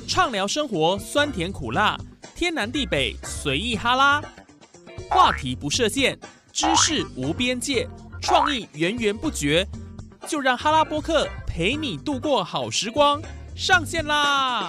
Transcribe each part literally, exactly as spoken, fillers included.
畅聊生活酸甜苦辣，天南地北随意哈拉，话题不设限，知识无边界，创意源源不绝，就让哈拉播客陪你度过好时光，上线啦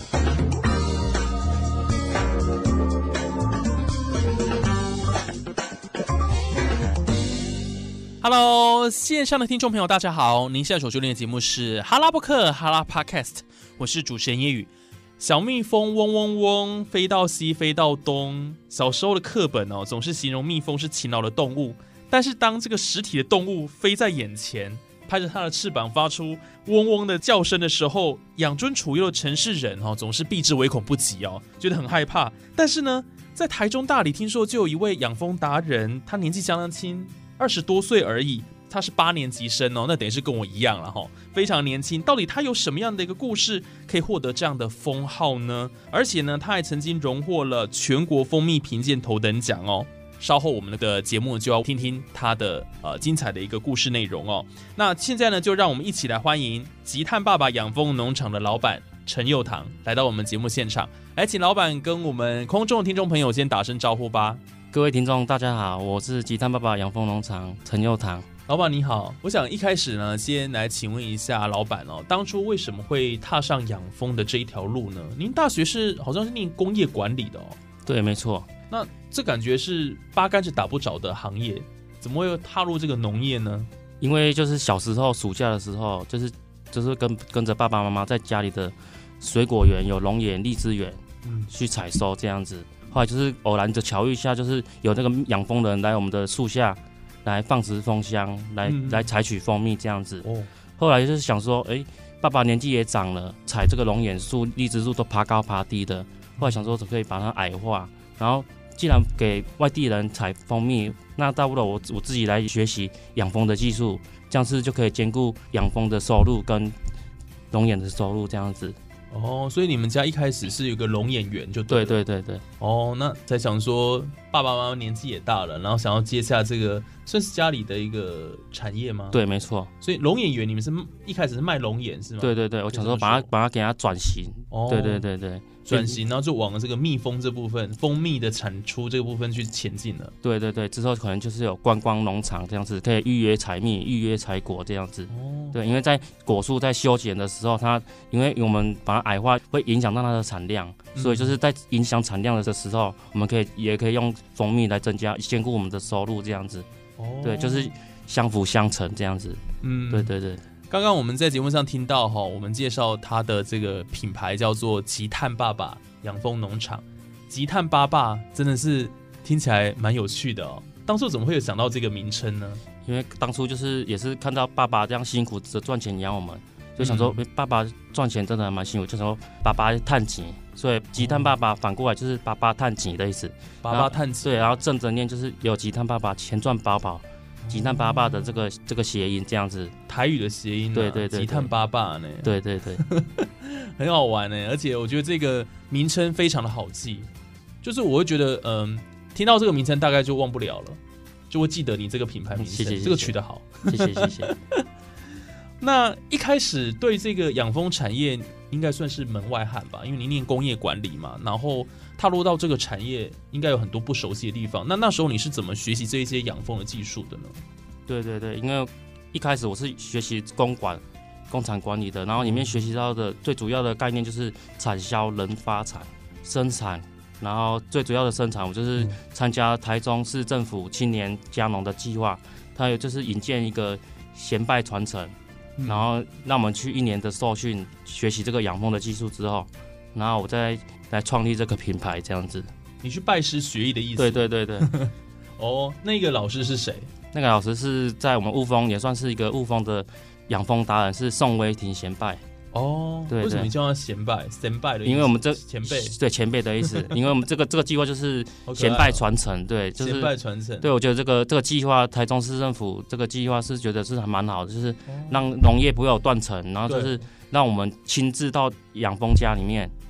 ！Hello， 线上的听众朋友，大家好！您现在所收听的节目是哈拉播客哈拉 Podcast， 我是主持人叶宇。小蜜蜂嗡嗡嗡，飞到西，飞到东。小时候的课本哦，总是形容蜜蜂是勤劳的动物，但是当这个实体的动物飞在眼前，拍着它的翅膀发出嗡嗡的叫声的时候，养尊处优的城市人哦，总是避之唯恐不及哦，觉得很害怕。但是呢，在台中大里，听说就有一位养蜂达人，他年纪相当轻。二十多岁而已，他是八年级生哦，那等于是跟我一样了哈，非常年轻。到底他有什么样的一个故事可以获得这样的封号呢？而且呢，他还曾经荣获了全国蜂蜜评鉴头等奖哦。稍后我们的节目就要听听他的呃精彩的一个故事内容哦。那现在呢，就让我们一起来欢迎吉碳爸爸养蜂农场的老板陈佑堂来到我们节目现场，来请老板跟我们空中的听众朋友先打声招呼吧。 各位听众大家好，我是吉碳爸爸养蜂农场陈佑堂。 老板你好，我想一开始呢，先来请问一下老板哦，当初为什么会踏上养蜂的这一条路呢？您大学是好像是念工业管理的哦。 对，没错。 那这感觉是八竿子打不着的行业，怎么会踏入这个农业呢？ 因为就是小时候暑假的时候，就是就是跟跟着爸爸妈妈在家里的水果园有龙眼、荔枝园，嗯，去采收这样子。后来就是偶然的巧遇下，就是有那个养蜂的人来我们的树下来放置蜂箱，来、嗯、来采取蜂蜜这样子。哦，后来就是想说，哎，爸爸年纪也长了，采这个龙眼树、荔枝树都爬高爬低的。后来想说，可以把它矮化。然后既然给外地人采蜂蜜，那大不了我我自己来学习养蜂的技术，这样子就可以兼顾养蜂的收入跟龙眼的收入这样子。 哦，所以你们家一开始是有个龙眼园就对了。 对对对对。 哦，那才想说爸爸妈妈年纪也大了，然后想要接下这个算是家里的一个产业吗？ 对，没错。 所以龙眼园你们是一开始是卖龙眼是吗？ 对对对，我想说把它把它给它转型。哦，对对对对， 转型，然后就往这个蜜蜂这部分、蜂蜜的产出这个部分去前进了。 对对对，之后可能就是有观光农场这样子，可以预约采蜜、预约采果这样子。哦，对，因为在果树在修剪的时候，它因为我们把它矮化，会影响到它的产量，嗯、所以就是在影响产量的时候，我们可以也可以用蜂蜜来增加、兼顾我们的收入这样子。哦，对，就是相辅相成这样子。嗯，对对对。 刚刚我们在节目上听到哈，我们介绍它的这个品牌叫做吉碳爸爸养蜂农场。吉碳爸爸真的是听起来蛮有趣的哦。当初怎么会有想到这个名称呢？ 因为当初就是也是看到爸爸这样辛苦的赚钱养我们，就想说、嗯、爸爸赚钱真的还蛮辛苦，就想说爸爸探钱，所以吉碳爸爸反过来就是爸爸探钱的意思。 爸爸探钱， 对，然后正着念就是有吉碳爸爸钱赚饱饱。吉碳爸爸的这个这个谐音这样子， 台语的谐音、啊， 对对 对, 对， 吉碳爸爸呢， 对对对， 很好玩呢，而且我觉得这个名称非常的好记，就是我会觉得，嗯，听到这个名称大概就忘不了了，就会记得你这个品牌名称， 谢谢谢谢， 这个取得好， 谢谢谢谢。 那一开始对这个养蜂产业应该算是门外汉吧，因为你念工业管理嘛，然后踏入到这个产业应该有很多不熟悉的地方。那那时候你是怎么学习这一些养蜂的技术的呢？ 对对对，因为一开始我是学习工管、工厂管理的，然后里面学习到的最主要的概念就是产销、人发财、生产，然后最主要的生产我就是参加台中市政府青年加农的计划，它有就是引荐一个贤拜传承。然后让我们去一年的受训，学习这个养蜂的技术之后，然后我再来创立这个品牌这样子。 你去拜师学艺的意思？ 对对对对。 哦，那个老师是谁？ 那个老师是在我们雾峰也算是一个雾峰的养蜂达人，是宋威霆贤拜。 哦，对，为什么你叫他贤拜？贤拜的意思？ 因为我们这前辈， 对前辈的意思。因为我们这个这个计划就是贤拜传承，对，就是贤拜传承。 对，我觉得这个这个计划，台中市政府这个计划是觉得是还蛮好的，就是让农业不会有断层，然后就是让我们亲自到养蜂家里面，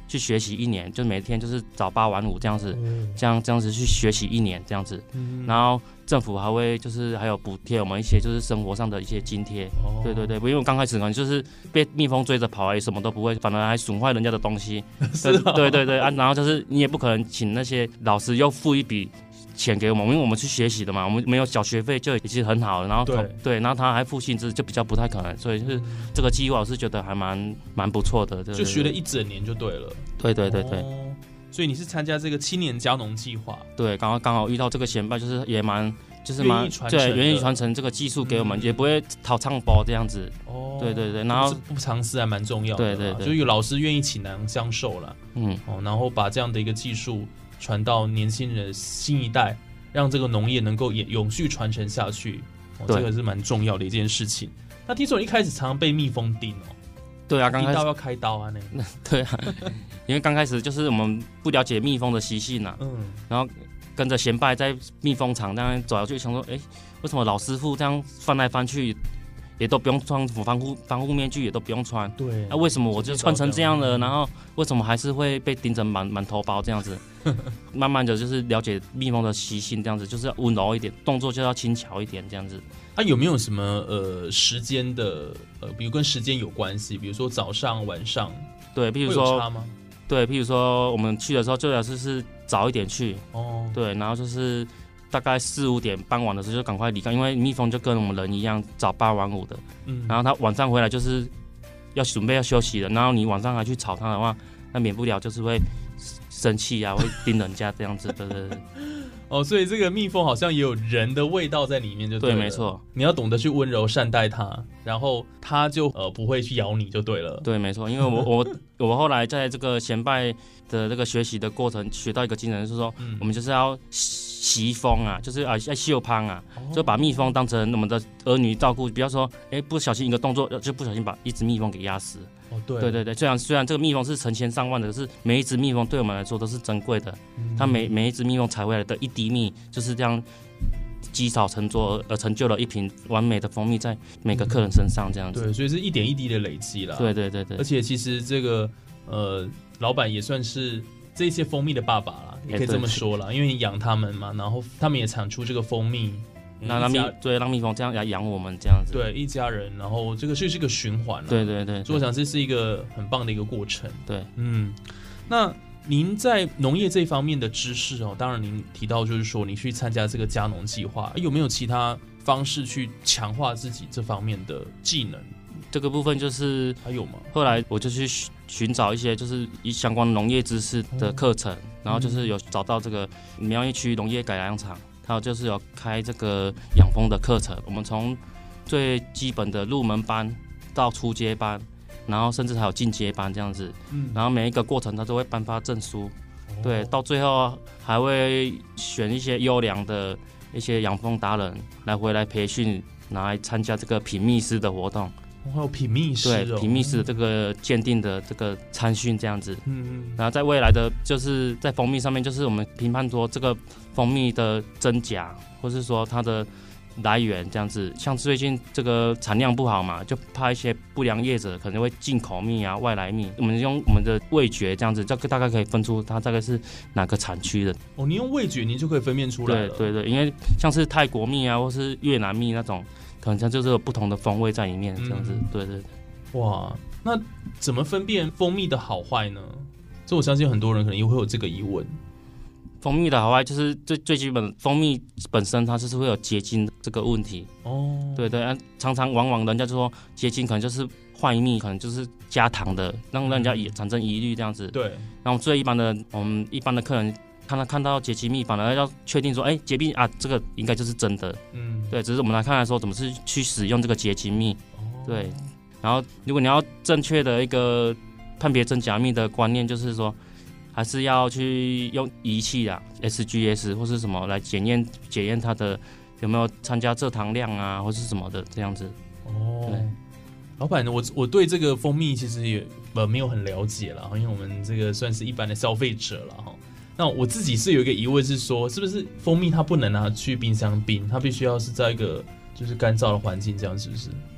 去学习一年，就每天就是早八晚五这样子，嗯、这样这样子去学习一年这样子，嗯、然后政府还会就是还有补贴我们一些就是生活上的一些津贴，哦、对对对，因为我刚开始可能就是被蜜蜂追着跑而已，什么都不会，反而还损坏人家的东西， 是啊、 对对对啊，然后就是你也不可能请那些老师又付一笔钱给我们，因为我们去学习的嘛，我们没有缴学费就已经很好了，然后 对, 对，然后他还付薪资，就比较不太可能，所以就是这个计划我是觉得还蛮蛮不错的， 就学了一整年就对了。 对对对对。 哦，所以你是参加这个七年加农计划？ 对，刚好刚好遇到这个前辈，就是也蛮就是蛮对愿意传承这个技术给我们，嗯、也不会讨唱包这样子。哦，对对对，然后不藏私还蛮重要的。对对对，就有老师愿意倾囊相授啦。嗯，哦，然后把这样的一个技术传到年轻人新一代，让这个农业能够也永续传承下去，哦，这个是蛮重要的一件事情。那听说你一开始常常被蜜蜂叮哦？ 对啊，刚开始叮到要开刀啊那。 对啊，因为刚开始就是我们不了解蜜蜂的习性啊，嗯，然后跟着贤拜在蜜蜂场这样走下去，想说，哎，为什么老师傅这样翻来翻去？也都不用穿防护防护面具，也都不用穿。对，那、啊、为什么我就穿成这样了？然后为什么还是会被叮成满满头包这样子？慢慢的就是了解蜜蜂的习性，这样子就是要温柔一点，动作就要轻巧一点，这样子。 啊，有没有什么呃时间的呃，比如跟时间有关系？比如说早上、晚上， 对，比如说会有差吗？对，譬如说我们去的时候，最好是是早一点去哦，对，然后就是。大概四五点傍晚的时候就赶快离开，因为蜜蜂就跟我们人一样早八晚五的，嗯，然后它晚上回来就是要准备要休息了，然后你晚上还去吵它的话，那免不了就是会生气啊，会叮人家这样子，对对对。 哦，所以这个蜜蜂好像也有人的味道在里面就对了， 对，没错。 你要懂得去温柔善待它，然后它就呃不会去咬你就对了。 对，没错。因为我我我后来在这个贤拜的这个学习的过程，学到一个精神是说，嗯、我们就是要习蜂啊，就是啊要嗅芳啊，哦、就把蜜蜂当成我们的儿女照顾，不要说哎不小心一个动作就不小心把一只蜜蜂给压死。 哦，对对对对，虽然虽然这个蜜蜂是成千上万的，可是每一只蜜蜂对我们来说都是珍贵的。嗯、它每每一只蜜蜂采回来的一滴蜜，就是这样积少成多，而成就了一瓶完美的蜂蜜在每个客人身上，这样子。 对，所以是一点一滴的累积啦。 对对对对。 而且其实这个呃，老板也算是这些蜂蜜的爸爸啦，也可以这么说啦，因为你养他们嘛，然后他们也产出这个蜂蜜。 那让蜜对让蜜蜂这样来养我们这样子， 对一家人，然后这个就是一个循环了， 对对对， 所以我想这是一个很棒的一个过程， 对， 嗯，那您在农业这方面的知识哦，当然您提到就是说你去参加这个加农计划，有没有其他方式去强化自己这方面的技能？ 这个部分就是还有吗？ 后来我就去寻找一些就是相关农业知识的课程，哦、然后就是有找到这个苗栗区农业改良场。还有就是有开这个养蜂的课程，我们从最基本的入门班到初阶班，然后甚至还有进阶班这样子，嗯、然后每一个过程他都会颁发证书，哦、对，到最后还会选一些优良的一些养蜂达人来回来培训，拿来参加这个品蜜师的活动。 还有品蜜师、哦， 对品蜜师的这个鉴定的这个参训这样子，嗯，然后在未来的就是在蜂蜜上面，就是我们评判说这个蜂蜜的真假，或是说它的来源这样子。像最近这个产量不好嘛，就怕一些不良业者可能会进口蜜啊、外来蜜，我们用我们的味觉这样子，这个大概可以分出它大概是哪个产区的。 哦，你用味觉你就可以分辨出来了。 对对对，因为像是泰国蜜啊，或是越南蜜那种。可能它就是有不同的风味在里面，这样子，嗯、对对对。 哇，那怎么分辨蜂蜜的好坏呢？这我相信很多人可能也会有这个疑问。 蜂蜜的好坏就是最最基本，蜂蜜本身它就是会有结晶这个问题。哦，对对，常常往往人家就说结晶可能就是坏蜜，可能就是加糖的，让人家也产生疑虑这样子。 对， 然后最一般的，我们一般的客人。看到看到结晶蜜，反而要确定说，哎，结晶啊，这个应该就是真的。嗯，对，只是我们来看来说，怎么是去使用这个结晶蜜？哦，对。然后，如果你要正确的一个判别真假蜜的观念，就是说，还是要去用仪器啊 ，S G S 或是什么来检验检验它的有没有参加蔗糖量啊，或是什么的这样子。哦，对。 老板，我我对这个蜂蜜其实也呃没有很了解了，因为我们这个算是一般的消费者了哈。那我自己是有一个疑问是说，是不是蜂蜜它不能拿去冰箱冰，它必须要是在一个就是干燥的环境，这样是不是？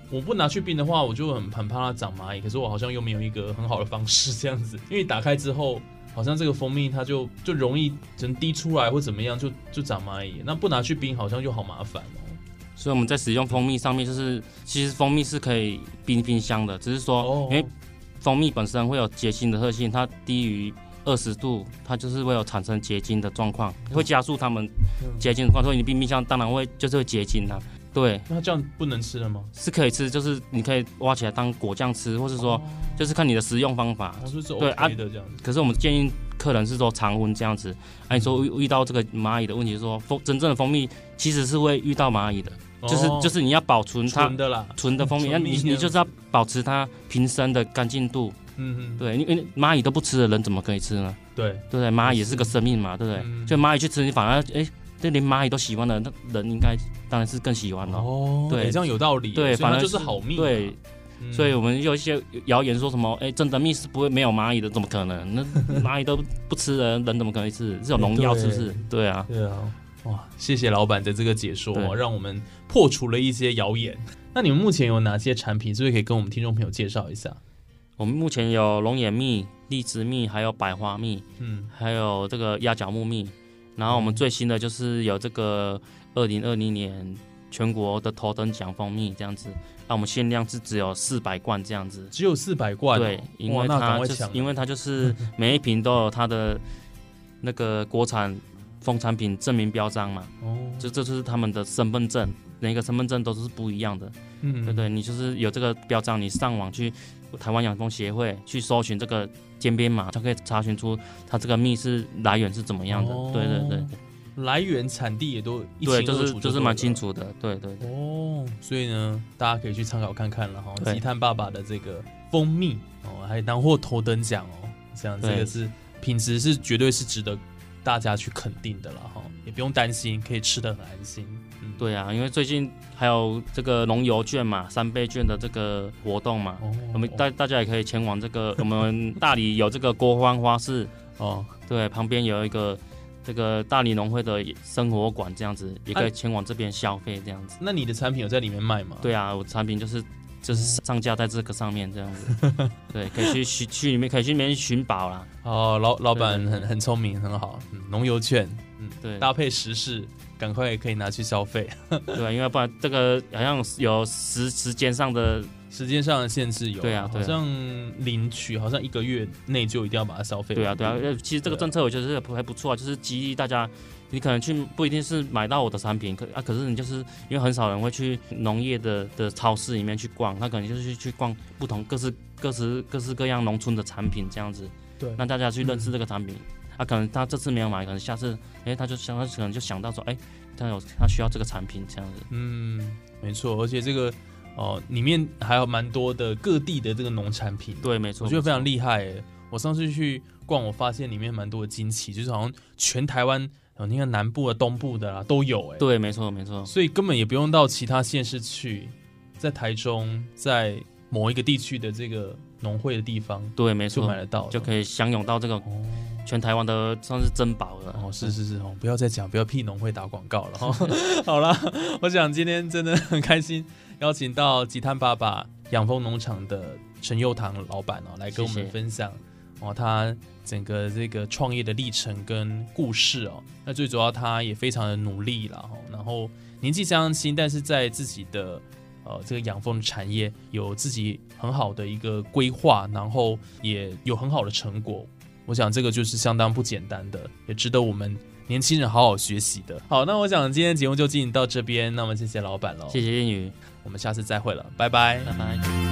我不拿去冰的话，我就很很怕它长蚂蚁，可是我好像又没有一个很好的方式这样子，因为打开之后，好像这个蜂蜜它就就容易整滴出来或怎么样，就就长蚂蚁。那不拿去冰好像就好麻烦哦。 所以我们在使用蜂蜜上面，就是其实蜂蜜是可以冰冰箱的，只是说、哦、因为蜂蜜本身会有结晶的特性，它低于二十度，它就是会有产生结晶的状况，会加速它们结晶的状况。所以你冰冰箱当然会就是会结晶啊。对， 那这样不能吃了吗？ 是可以吃，就是你可以挖起来当果酱吃，或是说、哦、就是看你的食用方法。 哦，就是 OK 的这样子、啊。 可是我们建议客人是说常温这样子。哎、啊，你说遇到这个蚂蚁的问题，说蜂真正的蜂蜜其实是会遇到蚂蚁的。就是、哦、就是你要保存它纯的啦， 纯的蜂蜜，那你你就是要保持它瓶身的干净度。嗯嗯，对，因为蚂蚁都不吃的人怎么可以吃呢？ 对， 对不对？蚂蚁也是个生命嘛，对不对？嗯、就蚂蚁去吃，你反而哎，这连蚂蚁都喜欢的，那人应该当然是更喜欢了。 哦，对，这样有道理。 对，反而就是好蜜。 对，嗯、所以我们有一些谣言说什么，哎，真的蜜是不会没有蚂蚁的，怎么可能？那蚂蚁都不吃人，人怎么可能吃？这种农药是不是？对啊， 对啊。哇，谢谢老板的这个解说、哦，让我们破除了一些谣言。那你们目前有哪些产品，是不是可以跟我们听众朋友介绍一下？ 我们目前有龙眼蜜、荔枝蜜，还有百花蜜，嗯，还有这个鸭脚木蜜。然后我们最新的就是有这个二零二零年全国的头等奖蜂蜜这样子。那我们限量是只有四百罐这样子， 只有四百罐、哦。 对，因为它就是因为它就是每一瓶都有它的那个国产蜂产品证明标章嘛，哦，就这就是他们的身份证，每一个身份证都是不一样的，嗯，对对，你就是有这个标章，你上网去台湾养蜂协会去搜寻这个尖边码，就可以查询出它这个蜜是来源是怎么样的，哦、对对对对， 来源产地也都一清二楚， 对，就是就是蛮清楚的，对对对， 哦，所以呢，大家可以去参考看看了哈，吉探爸爸的这个蜂蜜哦，还拿获头等奖哦，这样这个是品质是绝对是值得大家去肯定的了哈，也不用担心，可以吃得很安心。嗯， 对啊，因为最近还有这个农游券嘛，三倍券的这个活动嘛，哦、我们大大家也可以前往这个我们大理有这个郭欢花市哦，对，旁边有一个这个大理农会的生活馆，这样子也可以前往这边消费这样子、啊。 那你的产品有在里面卖吗？ 对啊，我产品就是。就是上架在这个上面这样子，对，可以去去去里面，可以去里面寻宝啦。 哦，老老板很很聪明，很好。嗯，农游券，嗯，对，搭配时事，赶快也可以拿去消费。 对，因为不然这个好像有时时间上的时间上的限制有， 对啊，对啊， 好像领取好像一个月内就一定要把它消费。 对啊，对啊，其实这个政策我觉得还不错啊，就是激励大家。你可能去不一定是买到我的产品，可啊，可是你就是因为很少人会去农业的的超市里面去逛，他可能就是去去逛不同各式各式各式各样农村的产品这样子，对，让大家去认识这个产品。嗯、啊，可能他这次没有买，可能下次，哎、欸，他就想，他可能就想到说，哎、欸，他有他需要这个产品这样子。 嗯，没错，而且这个哦，里面还有蛮多的各地的这个农产品， 对，没错， 我觉得非常厉害哎。我上次去逛，我发现里面蛮多的惊奇，就是好像全台湾。哦，你看南部的、东部的啦都有哎， 对，没错没错， 所以根本也不用到其他县市去，在台中，在某一个地区的这个农会的地方， 对，没错， 就买得到， 就可以享用到这个全台湾的算是珍宝了。 哦，是是是哦，不要再讲，不要替农会打广告了哈。好啦，我想今天真的很开心，邀请到吉探爸爸养蜂农场的陈佑堂老板哦，来跟我们分享。谢谢哦，他整个这个创业的历程跟故事哦，那最主要他也非常的努力啦，然后年纪相当轻，但是在自己的呃这个养蜂产业有自己很好的一个规划，然后也有很好的成果，我想这个就是相当不简单的，也值得我们年轻人好好学习的。好，那我想今天节目就进行到这边，那么谢谢老板了， 谢谢燕宇， 我们下次再会了，拜拜， 拜拜。